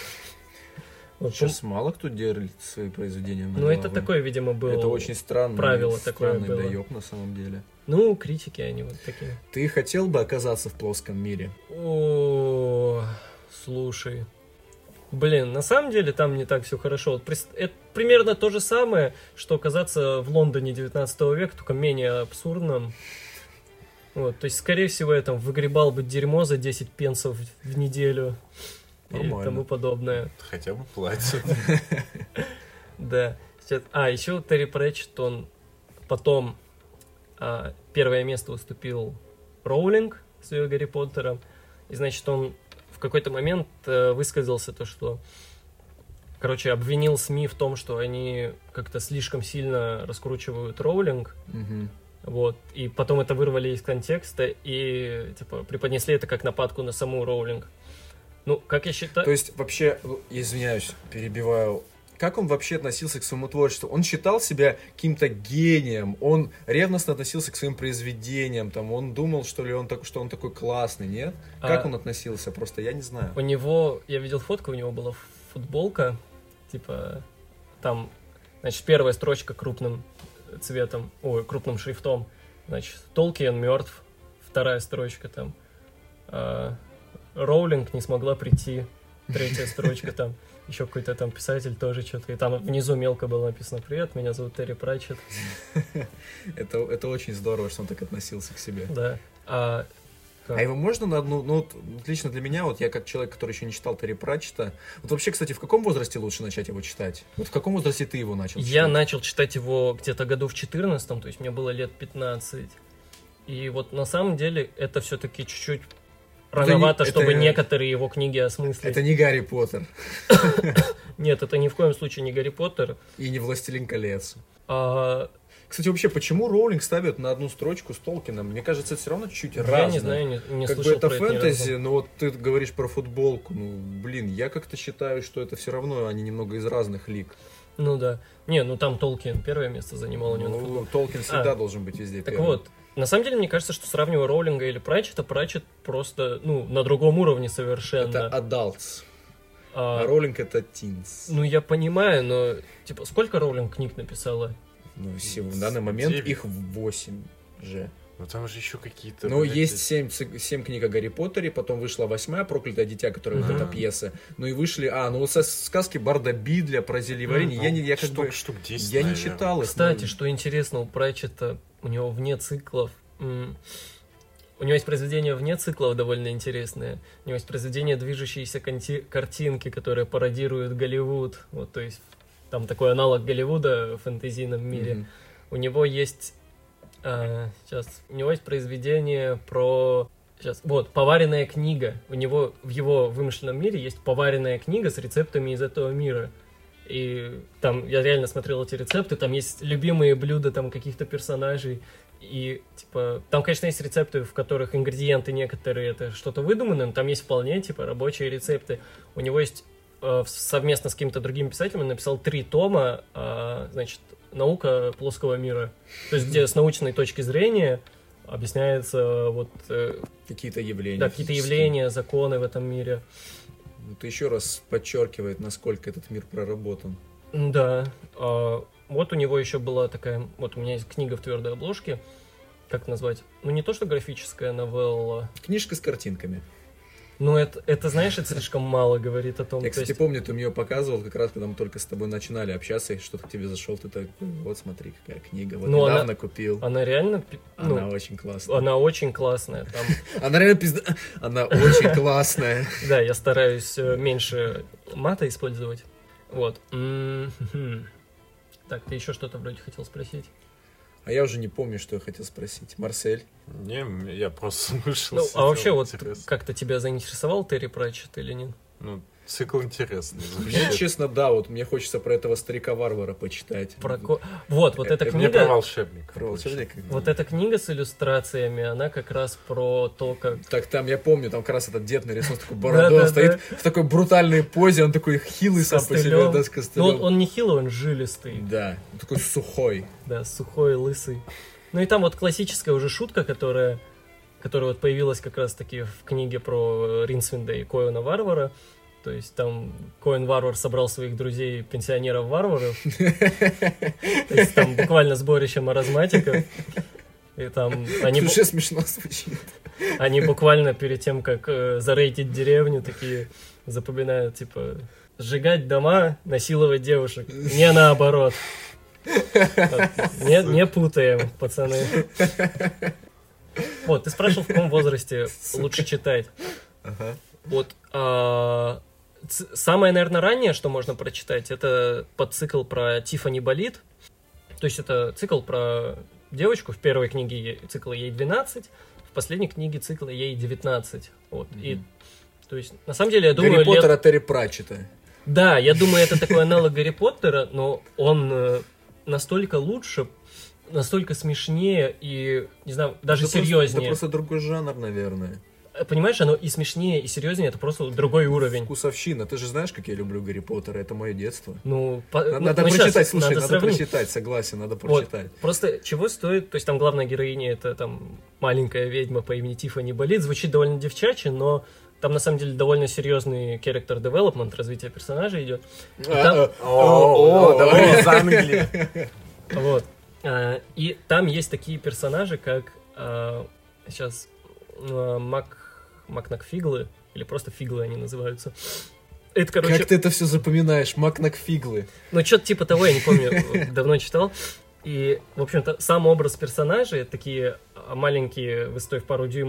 Speaker 2: Вот,
Speaker 1: Сейчас мало кто делит свои произведения на
Speaker 2: ну, это
Speaker 1: главы.
Speaker 2: такое, видимо, было.
Speaker 1: Это очень странно.
Speaker 2: правило такое
Speaker 1: странный
Speaker 2: было.
Speaker 1: доеб на самом деле.
Speaker 2: Ну, критики они вот такие.
Speaker 1: Ты хотел бы оказаться в плоском мире?
Speaker 2: О, слушай. Блин, на самом деле там не так все хорошо. Вот прис- это примерно то же самое, что оказаться в Лондоне девятнадцатого века, только менее абсурдным. Вот, то есть, скорее всего, я там выгребал бы дерьмо за десять пенсов в неделю и
Speaker 1: Нормально.
Speaker 2: тому подобное.
Speaker 3: Хотя бы платят.
Speaker 2: Да. Сейчас- А, еще Терри Пратчетт, он потом а, первое место уступил Роулинг с ее Гарри Поттером. И, значит, он в какой-то момент э, высказался то, что, короче, обвинил СМИ в том, что они как-то слишком сильно раскручивают Роулинг.
Speaker 1: Мгм.
Speaker 2: Вот. И потом это вырвали из контекста и, типа, преподнесли это как нападку на саму Роулинг. Ну, как я считаю...
Speaker 1: То есть, вообще, ну, извиняюсь, перебиваю. Как он вообще относился к своему творчеству? Он считал себя каким-то гением, он ревностно относился к своим произведениям, там, он думал, что ли, он, так, что он такой классный, нет? Как
Speaker 2: А-
Speaker 1: он относился? Просто я не знаю.
Speaker 2: У него, я видел фотку, у него была футболка, типа, там, значит, первая строчка крупным цветом, ой, крупным шрифтом, значит, Толкиен мертв, вторая строчка там, а, Роулинг не смогла прийти, третья строчка там, еще какой-то там писатель тоже что-то, и там внизу мелко было написано: «Привет, меня зовут Терри Пратчетт».
Speaker 1: Это, это очень здорово, что он так относился к себе.
Speaker 2: Да. А
Speaker 1: А его можно на одну... Ну, вот, лично для меня, вот я как человек, который еще не читал Терри Пратчетта, вот вообще, кстати, в каком возрасте лучше начать его читать? Вот в каком возрасте ты его начал читать?
Speaker 2: Я начал читать его где-то году в четырнадцатом, то есть мне было лет пятнадцать. И вот на самом деле это все-таки чуть-чуть рановато,
Speaker 1: это...
Speaker 2: чтобы некоторые его книги осмыслить.
Speaker 1: Это не Гарри Поттер.
Speaker 2: Нет, это ни в коем случае не Гарри Поттер.
Speaker 1: И не Властелин колец.
Speaker 2: А...
Speaker 1: Кстати, вообще, почему Роулинг ставят на одну строчку с Толкином? Мне кажется, это все равно чуть-чуть разное.
Speaker 2: Я не знаю, не, не
Speaker 1: как
Speaker 2: слышал
Speaker 1: бы это
Speaker 2: про это ни
Speaker 1: фэнтези,
Speaker 2: разу.
Speaker 1: но вот ты говоришь про футболку. Ну, блин, я как-то считаю, что это все равно они немного из разных лиг.
Speaker 2: Ну да. Не, ну там Толкин первое место занимал у него на футбол.
Speaker 1: Ну, Толкин всегда
Speaker 2: А,
Speaker 1: должен быть везде
Speaker 2: Так
Speaker 1: первым.
Speaker 2: вот, на самом деле, мне кажется, что сравнивая Роулинга или Пратчетта, Пратчетт просто, ну, на другом уровне совершенно.
Speaker 1: Это adults,
Speaker 2: А,
Speaker 1: а Роулинг это teens.
Speaker 2: Ну, я понимаю, но, типа, сколько Роулинг книг написала?
Speaker 1: Ну, всего, в данный момент
Speaker 3: Девять.
Speaker 1: их восемь же.
Speaker 3: Ну там же еще какие-то...
Speaker 1: Ну,
Speaker 3: блядь,
Speaker 1: есть семь, семь книг о Гарри Поттере, потом вышла восьмая «Проклятое дитя», которая вот
Speaker 2: Ага.
Speaker 1: эта пьеса. Ну и вышли... А, ну вот со сказки Барда Бидля про зельеварение.
Speaker 3: ну,
Speaker 1: Я, не, я как
Speaker 3: штук,
Speaker 1: бы...
Speaker 3: штук десять,
Speaker 1: Я не
Speaker 3: наверное.
Speaker 1: читал их.
Speaker 2: Кстати,
Speaker 1: ну,
Speaker 2: что интересно, у Пратчетта, у него вне циклов... м, У него есть произведения вне циклов довольно интересные. У него есть произведения «Движущиеся конти- картинки», которые пародируют Голливуд. Вот, то есть там такой аналог Голливуда в фэнтезийном мире.
Speaker 1: мгм.
Speaker 2: У него есть... а, сейчас. У него есть произведение про... Сейчас. Вот, поваренная книга. У него в его вымышленном мире есть поваренная книга с рецептами из этого мира. И там я реально смотрел эти рецепты, там есть любимые блюда там каких-то персонажей. И, типа, там, конечно, есть рецепты, в которых ингредиенты некоторые это что-то выдуманное, но там есть вполне, типа, рабочие рецепты. У него есть э, совместно с каким-то другим писателем он написал три тома, э, значит, наука плоского мира. То есть, где с научной точки зрения объясняется вот э,
Speaker 1: Какие-то явления.
Speaker 2: да, какие-то
Speaker 1: физические.
Speaker 2: явления, законы в этом мире.
Speaker 1: Это еще раз подчеркивает, насколько этот мир проработан.
Speaker 2: Да. а, Вот у него еще была такая... Вот у меня есть книга в твердой обложке. Как назвать? Ну, не то, что графическая новелла.
Speaker 1: Книжка с картинками.
Speaker 2: Ну, это, это, знаешь, это слишком мало говорит о том...
Speaker 1: Я,
Speaker 2: то
Speaker 1: кстати,
Speaker 2: есть-
Speaker 1: помню, ты мне ее показывал как раз, когда мы только с тобой начинали общаться, и что-то к тебе зашел, ты такой, вот смотри, какая книга, вот
Speaker 2: Ну,
Speaker 1: недавно
Speaker 2: она-
Speaker 1: купил.
Speaker 2: Она реально... пи- ну,
Speaker 1: Она очень классная.
Speaker 2: она очень классная. Там,
Speaker 1: Она реально пизда... Она очень классная.
Speaker 2: да, я стараюсь э, меньше мата использовать. Вот. М-м-м. Так, ты еще что-то вроде хотел спросить?
Speaker 1: А я уже не помню, что я хотел спросить. Марсель?
Speaker 3: Не, я просто слышал.
Speaker 2: Ну, а вообще, вот
Speaker 3: интересно.
Speaker 2: как-то тебя заинтересовал Терри Пратчетт или нет?
Speaker 3: Ну, цикл интересный.
Speaker 1: Мне,
Speaker 3: звучит.
Speaker 1: честно, да, вот мне хочется про этого старика-варвара почитать.
Speaker 2: Про ко- Вот, вот эта
Speaker 3: Это мне про
Speaker 2: книга...
Speaker 3: волшебника.
Speaker 1: Про волшебника.
Speaker 2: Вот эта книга с иллюстрациями, она как раз про то, как...
Speaker 1: Так там, я помню, там как раз этот дед нарисован с такой бородой, он
Speaker 2: Да-да-да.
Speaker 1: стоит в такой брутальной позе, он такой хилый
Speaker 2: С
Speaker 1: сам по себе,
Speaker 2: костылем.
Speaker 1: да, с
Speaker 2: Ну,
Speaker 1: костылем.
Speaker 2: он, он не хилый, он жилистый.
Speaker 1: Да, он такой сухой.
Speaker 2: Да, сухой, лысый. Ну и там вот классическая уже шутка, которая, которая вот появилась как раз-таки в книге про Ринсвинда и Коэна Варвара. То есть там Коэн Варвар собрал своих друзей пенсионеров-варваров. То есть там буквально сборище маразматиков. И там они, бу-
Speaker 1: Уже смешно звучит.
Speaker 2: они буквально перед тем, как э, зарейдить деревню, такие запоминают, типа, сжигать дома, насиловать девушек. Не наоборот. Не, не путаем, пацаны. Вот, ты спрашивал, в каком возрасте лучше читать.
Speaker 1: Ага.
Speaker 2: Вот, а, ц- самое, наверное, раннее, что можно прочитать, это подцикл про Тиффани Болит. То есть это цикл про девочку. В первой книге ей- цикла ей двенадцать, в последней книге цикла ей девятнадцать. Вот, и,
Speaker 1: Мгм.
Speaker 2: то есть, на самом деле, я думаю...
Speaker 1: Гарри
Speaker 2: лет-
Speaker 1: Поттера Терри Пратчетта.
Speaker 2: Да, я думаю, это такой аналог Гарри Поттера, но он э, настолько лучше, настолько смешнее и, не знаю, даже
Speaker 1: Это просто-
Speaker 2: серьезнее.
Speaker 1: Это просто другой жанр, наверное.
Speaker 2: Понимаешь, оно и смешнее, и серьезнее, это просто другой уровень.
Speaker 1: Вкусовщина. Ты же знаешь, как я люблю Гарри Поттера. Это мое детство.
Speaker 2: Ну, по-
Speaker 1: Надо,
Speaker 2: ну,
Speaker 1: надо
Speaker 2: ну, щас
Speaker 1: прочитать, слушай,
Speaker 2: надо
Speaker 1: надо,
Speaker 2: сравнить.
Speaker 1: прочитать, согласен, надо
Speaker 2: Вот.
Speaker 1: прочитать.
Speaker 2: Просто чего стоит, то есть там главная героиня это там маленькая ведьма по имени Тиффани Болит, звучит довольно девчачье, но там на самом деле довольно серьезный character development, развитие персонажа идет.
Speaker 1: А,
Speaker 2: там-
Speaker 1: а,
Speaker 3: О,
Speaker 1: о,
Speaker 3: давай из Англии.
Speaker 2: Вот. А, и там есть такие персонажи, как а, сейчас а, Мак Макнакфиглы, или просто Фиглы они называются. Это, короче,
Speaker 1: Как ты это все запоминаешь? Макнакфиглы.
Speaker 2: ну что-то типа того, я не помню, давно читал. И, в общем-то, сам образ персонажей, такие а, маленькие, высотой в пару дюймов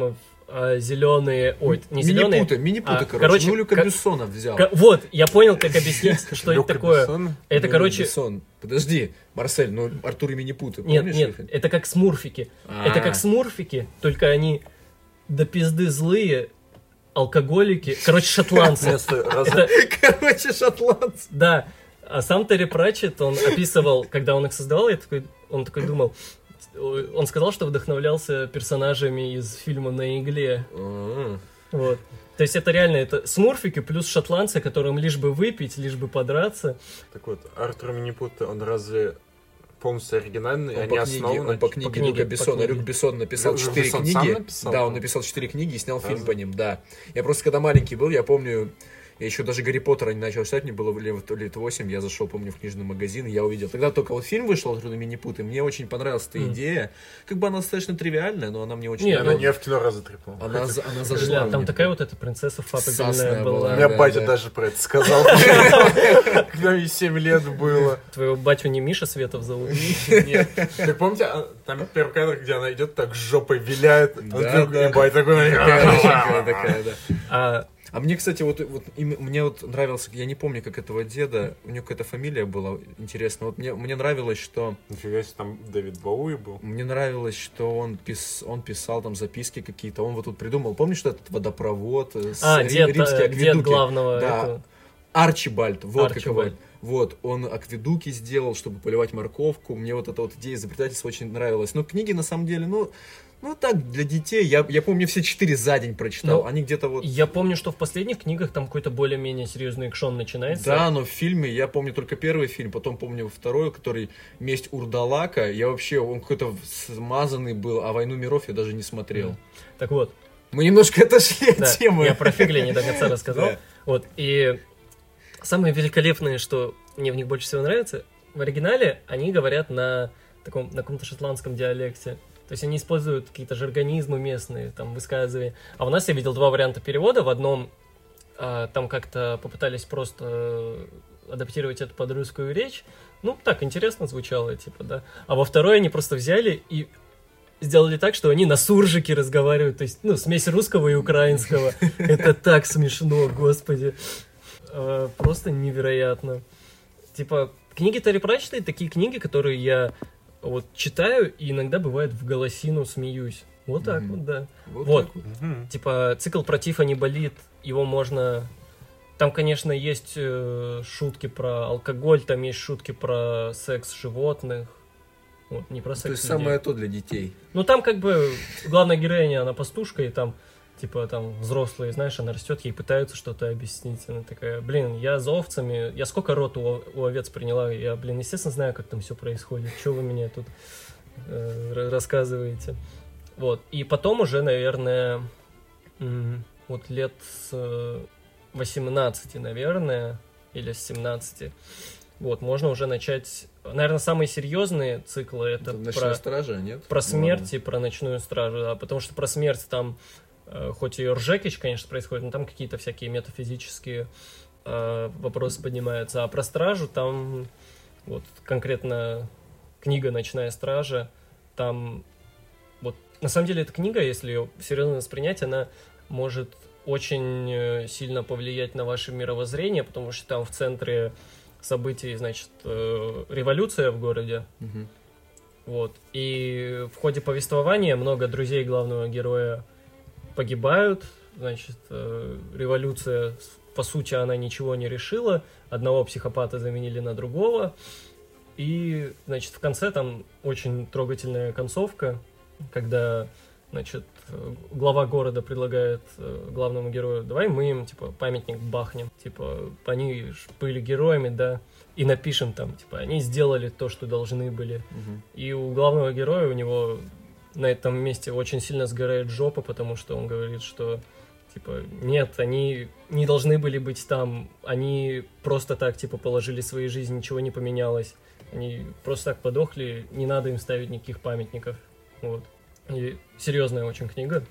Speaker 2: зеленые... Ой, не зеленые.
Speaker 1: Мини-путы, мини-путы,
Speaker 2: а,
Speaker 1: короче.
Speaker 2: короче,
Speaker 1: Ну, Люка
Speaker 2: ка-
Speaker 1: Бессона взял.
Speaker 2: Ка- Вот, я понял, как объяснить, что это
Speaker 3: Люка
Speaker 2: такое.
Speaker 3: Бессон?
Speaker 2: Это,
Speaker 1: Ну,
Speaker 2: короче...
Speaker 1: Бессон. Подожди, Марсель, ну Артур и мини-путы,
Speaker 2: Нет,
Speaker 1: помнишь
Speaker 2: нет,
Speaker 1: их?
Speaker 2: это как смурфики.
Speaker 1: А.
Speaker 2: Это как смурфики, только они до пизды злые, алкоголики. Короче, шотландцы.
Speaker 3: Вместо раз-
Speaker 2: Это,
Speaker 1: Короче, шотландцы.
Speaker 2: да. А сам Терри Пратчетт, он описывал, когда он их создавал, я такой, он такой думал, он сказал, что вдохновлялся персонажами из фильма «На игле».
Speaker 1: А.
Speaker 2: Вот. То есть это реально, это смурфики плюс шотландцы, которым лишь бы выпить, лишь бы подраться.
Speaker 3: Так вот, Артур Минипут, он разве полностью оригинальный?
Speaker 1: Он
Speaker 3: Они
Speaker 1: по книге,
Speaker 3: основаны?
Speaker 1: он по книге
Speaker 2: книге,
Speaker 1: Люка
Speaker 2: по
Speaker 1: Бессона.
Speaker 2: книге.
Speaker 1: Люк Бессон написал
Speaker 3: Люк
Speaker 1: четыре
Speaker 3: Бессон сам
Speaker 1: книги.
Speaker 3: написал?
Speaker 1: Да, он написал четыре книги и снял фильм
Speaker 3: Разве?
Speaker 1: по ним, да. Я просто когда маленький был, я помню, я еще даже Гарри Поттера не начал читать, мне было лет, лет восемь, я зашел, помню, в книжный магазин, и я увидел. Тогда только вот фильм вышел «Артур и Минипут», и мне очень понравилась эта
Speaker 2: Mm.
Speaker 1: идея. Как бы она достаточно тривиальная, но она мне очень
Speaker 2: Не,
Speaker 3: Она
Speaker 1: нравилась.
Speaker 3: не в кино раза три, по-моему.
Speaker 1: Она, за- она
Speaker 2: Бля,
Speaker 1: зашла
Speaker 2: там
Speaker 1: мне.
Speaker 2: такая вот эта принцесса
Speaker 1: Сасная
Speaker 2: папа
Speaker 1: была.
Speaker 3: У
Speaker 2: была.
Speaker 3: меня
Speaker 1: да,
Speaker 3: батя
Speaker 1: да.
Speaker 3: даже про это сказал, когда мне семь лет было.
Speaker 2: Твоего батю не Миша Светов зовут?
Speaker 3: Нет. Так помните, а, там первый кадр, где она идет так жопой виляет, он
Speaker 1: Да,
Speaker 3: такой,
Speaker 1: да.
Speaker 3: и батя такой,
Speaker 1: Такая рыженькая такая, да.
Speaker 2: А,
Speaker 1: А мне, кстати, вот, вот им- мне вот нравился, я не помню, как этого деда, у него какая-то фамилия была интересная. Вот мне, мне нравилось, что
Speaker 3: Нифига себе, там Дэвид Боуи был.
Speaker 1: мне нравилось, что он, пис, он писал там записки какие-то. Он вот тут придумал, помнишь, что этот водопровод, э, с
Speaker 2: а
Speaker 1: рим-
Speaker 2: дед,
Speaker 1: римские
Speaker 2: э, дед
Speaker 1: акведуки?
Speaker 2: главного.
Speaker 1: Да.
Speaker 2: этого.
Speaker 1: Арчибальд, вот как его.
Speaker 2: Арчибальд.
Speaker 1: Вот, он акведуки сделал, чтобы поливать морковку. Мне вот эта вот идея изобретательства очень нравилась. Но книги, на самом деле, ну, ну так, для детей. Я, я помню, все четыре за день прочитал.
Speaker 2: Ну,
Speaker 1: Они где-то вот...
Speaker 2: Я помню, что в последних книгах там какой-то более-менее серьезный экшон начинается.
Speaker 1: Да, но в фильме, я помню только первый фильм, потом помню второй, который «Месть Урдалака». Я вообще, он какой-то смазанный был, а «Войну миров» я даже не смотрел.
Speaker 2: Так вот,
Speaker 1: Мы немножко отошли
Speaker 2: да,
Speaker 1: от темы.
Speaker 2: я про Фигли не до конца рассказал.
Speaker 1: Да.
Speaker 2: Вот, и самое великолепное, что мне в них больше всего нравится, в оригинале они говорят на таком, на каком-то шотландском диалекте. То есть они используют какие-то жаргонизмы местные, там, высказывания. А у нас я видел два варианта перевода. В одном а, там как-то попытались просто э, адаптировать это под русскую речь. Ну, так, интересно звучало, типа, да. А во второй они просто взяли и сделали так, что они на суржике разговаривают. То есть, ну, смесь русского и украинского. Это так смешно, господи. Э, Просто невероятно. Типа, книги Терри Пратчетта — такие книги, которые я вот читаю, и иногда бывает в голосину смеюсь. Вот так
Speaker 1: Мгм.
Speaker 2: вот, да.
Speaker 1: Вот,
Speaker 2: Вот.
Speaker 1: так вот.
Speaker 3: Мгм.
Speaker 2: Типа, цикл про Тиффани болит, его можно... Там, конечно, есть э, шутки про алкоголь, там есть шутки про секс животных. Вот, не про секс
Speaker 1: То есть
Speaker 2: людей.
Speaker 1: самое то для детей.
Speaker 2: Ну, там как бы главная героиня, она пастушка, и там, типа, там взрослые, знаешь, она растет, ей пытаются что-то объяснить. Она такая, блин, я за овцами, я сколько рот у, у овец приняла, я, блин, естественно, знаю, как там все происходит. Что вы мне тут э, р- рассказываете? Вот. И потом уже, наверное, м, вот лет с э, восемнадцати, наверное, или с семнадцати, вот, можно уже начать... Наверное, самые серьезные циклы — это,
Speaker 1: Это «Ночная
Speaker 2: про...
Speaker 1: стража», нет?
Speaker 2: Про
Speaker 1: Ну,
Speaker 2: смерть и про ночную стражу, да, потому что про смерть там, э, хоть и ржекич, конечно, происходит, но там какие-то всякие метафизические э, вопросы поднимаются, а про стражу там вот конкретно книга «Ночная стража», там вот на самом деле эта книга, если ее серьезно воспринять, она может очень э, сильно повлиять на ваше мировоззрение, потому что там в центре событий, значит, э, революция в городе.
Speaker 1: Мгм.
Speaker 2: Вот. И в ходе повествования много друзей главного героя погибают. Значит, э, революция, по сути, она ничего не решила. Одного психопата заменили на другого. И, значит, в конце там очень трогательная концовка, когда, значит, э, глава города предлагает э, главному герою: давай мы им, типа, памятник бахнем. Типа, они ж были героями, да, и напишем там, типа, они сделали то, что должны были.
Speaker 1: Мгм.
Speaker 2: И у главного героя, у него на этом месте очень сильно сгорает жопа, потому что он говорит, что, типа, нет, они не должны были быть там, они просто так, типа, положили свои жизни, ничего не поменялось. Они просто так подохли, не надо им ставить никаких памятников. Вот. И серьезная очень книга.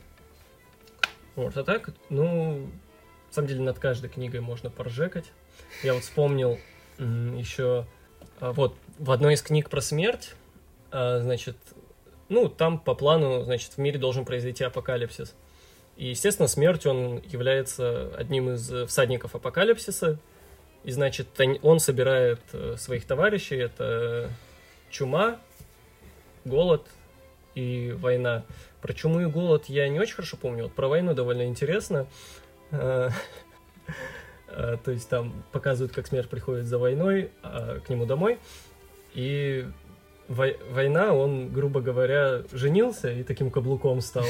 Speaker 2: Вот, а так, ну, на самом деле над каждой книгой можно поржекать. Я вот вспомнил м, еще, а, вот, в одной из книг про смерть, а, значит, ну, там по плану, значит, в мире должен произойти апокалипсис. И, естественно, смерть, он является одним из всадников апокалипсиса. И, значит, он собирает своих товарищей. Это чума, голод и война. Про чуму и голод я не очень хорошо помню. Вот про войну довольно интересно. То есть там показывают, как смерть приходит за войной к нему домой. И война, он, грубо говоря, женился и таким каблуком стал.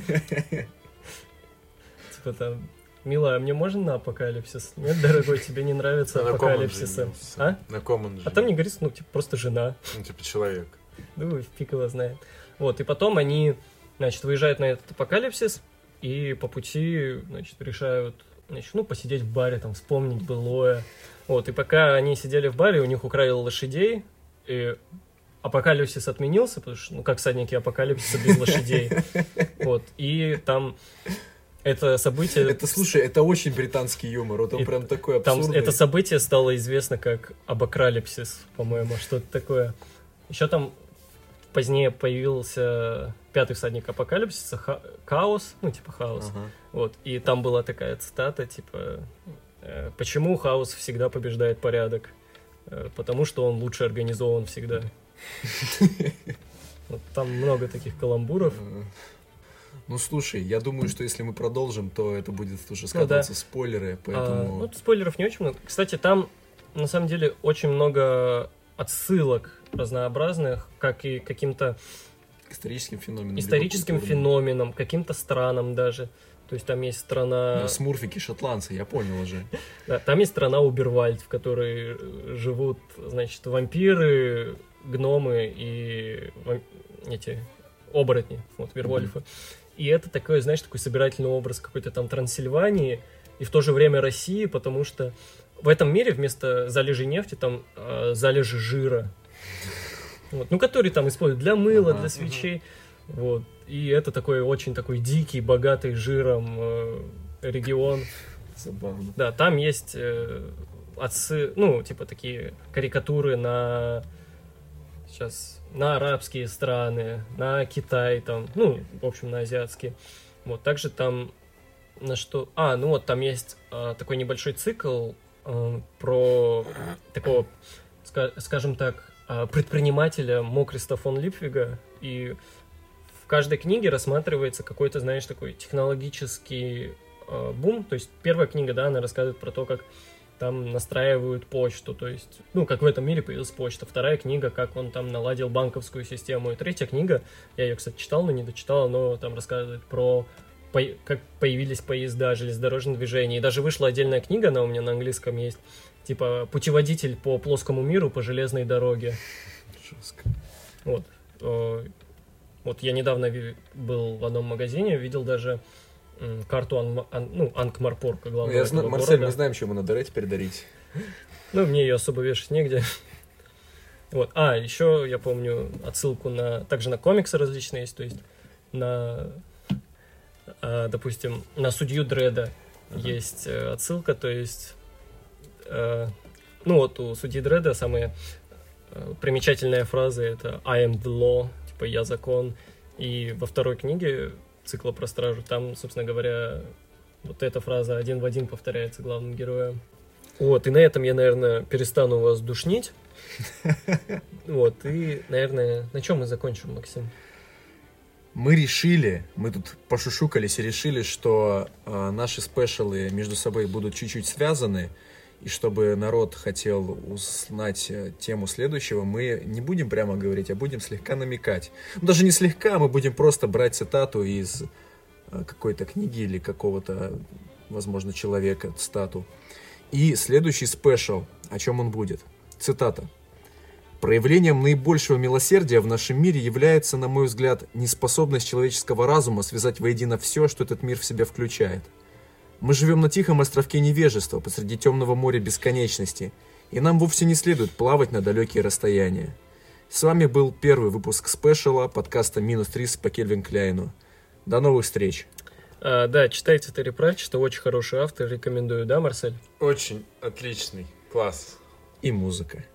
Speaker 2: Типа там, милая, мне можно на апокалипсис? Нет, дорогой, тебе не нравится апокалипсисы. А?
Speaker 3: На ком он женился?
Speaker 2: А там не говорится, ну, типа, просто жена.
Speaker 3: Ну, типа человек.
Speaker 2: Ну, фиг его знает. Вот, и потом они, значит, выезжают на этот апокалипсис, и по пути, значит, решают, значит, ну, посидеть в баре, там, вспомнить былое. Вот, и пока они сидели в баре, у них украли лошадей, и апокалипсис отменился, потому что, ну, как всадники апокалипсиса без лошадей. Вот, и там это событие...
Speaker 1: Это, слушай, это очень британский юмор, вот он
Speaker 2: и
Speaker 1: прям такой
Speaker 2: там
Speaker 1: абсурдный.
Speaker 2: это событие стало известно как абокралипсис, по-моему, что-то такое. Еще там позднее появился пятый всадник апокалипсиса, ха- Хаос, ну, типа Хаос.
Speaker 1: Ага.
Speaker 2: Вот, и там была такая цитата, типа, э, почему хаос всегда побеждает порядок? Э, потому что он лучше организован всегда. Вот, там много таких каламбуров.
Speaker 1: Ну, слушай, я думаю, что если мы продолжим, то это будет уже скатываться
Speaker 2: Ну, да.
Speaker 1: спойлеры,
Speaker 2: А,
Speaker 1: поэтому...
Speaker 2: ну, спойлеров не очень много. Кстати, там, на самом деле, очень много отсылок разнообразных, как и каким-то
Speaker 1: Историческим феноменом.
Speaker 2: историческим
Speaker 1: либо культурным.
Speaker 2: феноменам, каким-то странам даже. То есть там есть страна...
Speaker 1: Ну, смурфики шотландцы, я понял уже.
Speaker 2: Да, там есть страна Убервальд, в которой живут, значит, вампиры, гномы и вам- эти оборотни, вот, вервольфы. Mm-hmm. И это такой, знаешь, такой собирательный образ какой-то там Трансильвании и в то же время России, потому что в этом мире вместо залежей нефти там э, залежи жира. Вот, ну, который там используют для мыла,
Speaker 1: Ага.
Speaker 2: для свечей. Вот. И это такой очень такой дикий, богатый жиром э, регион.
Speaker 1: Забавно.
Speaker 2: Да, там есть э, отцы, ну, типа такие карикатуры на сейчас на арабские страны, на Китай там, ну, в общем, на азиатские. Вот, также там на что... А, ну вот там есть э, такой небольшой цикл э, про такого, ска- скажем так, э, предпринимателя Мокриста фон Липвига, и в каждой книге рассматривается какой-то, знаешь, такой технологический э, бум. То есть первая книга, да, она рассказывает про то, как там настраивают почту, то есть, ну, как в этом мире появилась почта. Вторая книга, как он там наладил банковскую систему. И третья книга, я ее, кстати, читал, но не дочитал, но там рассказывает про по- как появились поезда, железнодорожное движение. И даже вышла отдельная книга, она у меня на английском есть, типа «Путеводитель по плоскому миру по железной дороге».
Speaker 1: Жестко.
Speaker 2: Вот. Э, Вот я недавно ви- был в одном магазине, видел даже м, карту Ан- Ан- ну, Анкмарпорка,
Speaker 1: Ну,
Speaker 2: главного
Speaker 1: я
Speaker 2: этого
Speaker 1: зна- Марсель,
Speaker 2: города.
Speaker 1: мы знаем, что ему надо рать теперь дарить.
Speaker 2: Ну, мне ее особо вешать негде. Вот. А, еще я помню отсылку на... Также на комиксы различные есть, то есть на... а, допустим, на судью Дредда
Speaker 1: Ага.
Speaker 2: есть э, отсылка, то есть... э, ну, вот у судьи Дредда самая э, примечательная фраза — это «I am the law», типа «я закон». И во второй книге цикла про стражу там, собственно говоря, вот эта фраза один в один повторяется главным героем. Вот, и на этом я, наверное, перестану вас душнить. Вот, и, наверное, на чем мы закончим, Максим?
Speaker 1: Мы решили, мы тут пошушукались и решили, что э, наши спешалы между собой будут чуть-чуть связаны, и чтобы народ хотел узнать э, тему следующего, мы не будем прямо говорить, а будем слегка намекать. Ну, даже не слегка, мы будем просто брать цитату из э, какой-то книги или какого-то, возможно, человека, стату. И следующий спешл, о чем он будет? Цитата. Проявлением наибольшего милосердия в нашем мире является, на мой взгляд, неспособность человеческого разума связать воедино все, что этот мир в себя включает. Мы живем на тихом островке невежества посреди темного моря бесконечности, и нам вовсе не следует плавать на далекие расстояния. С вами был первый выпуск спешала подкаста «Минус тридцать по Кельвин Кляйну». До новых встреч!
Speaker 2: А, да, читайте Терри Пратчетта, очень хороший автор, рекомендую, да, Марсель?
Speaker 3: Очень отличный. Класс.
Speaker 1: И музыка.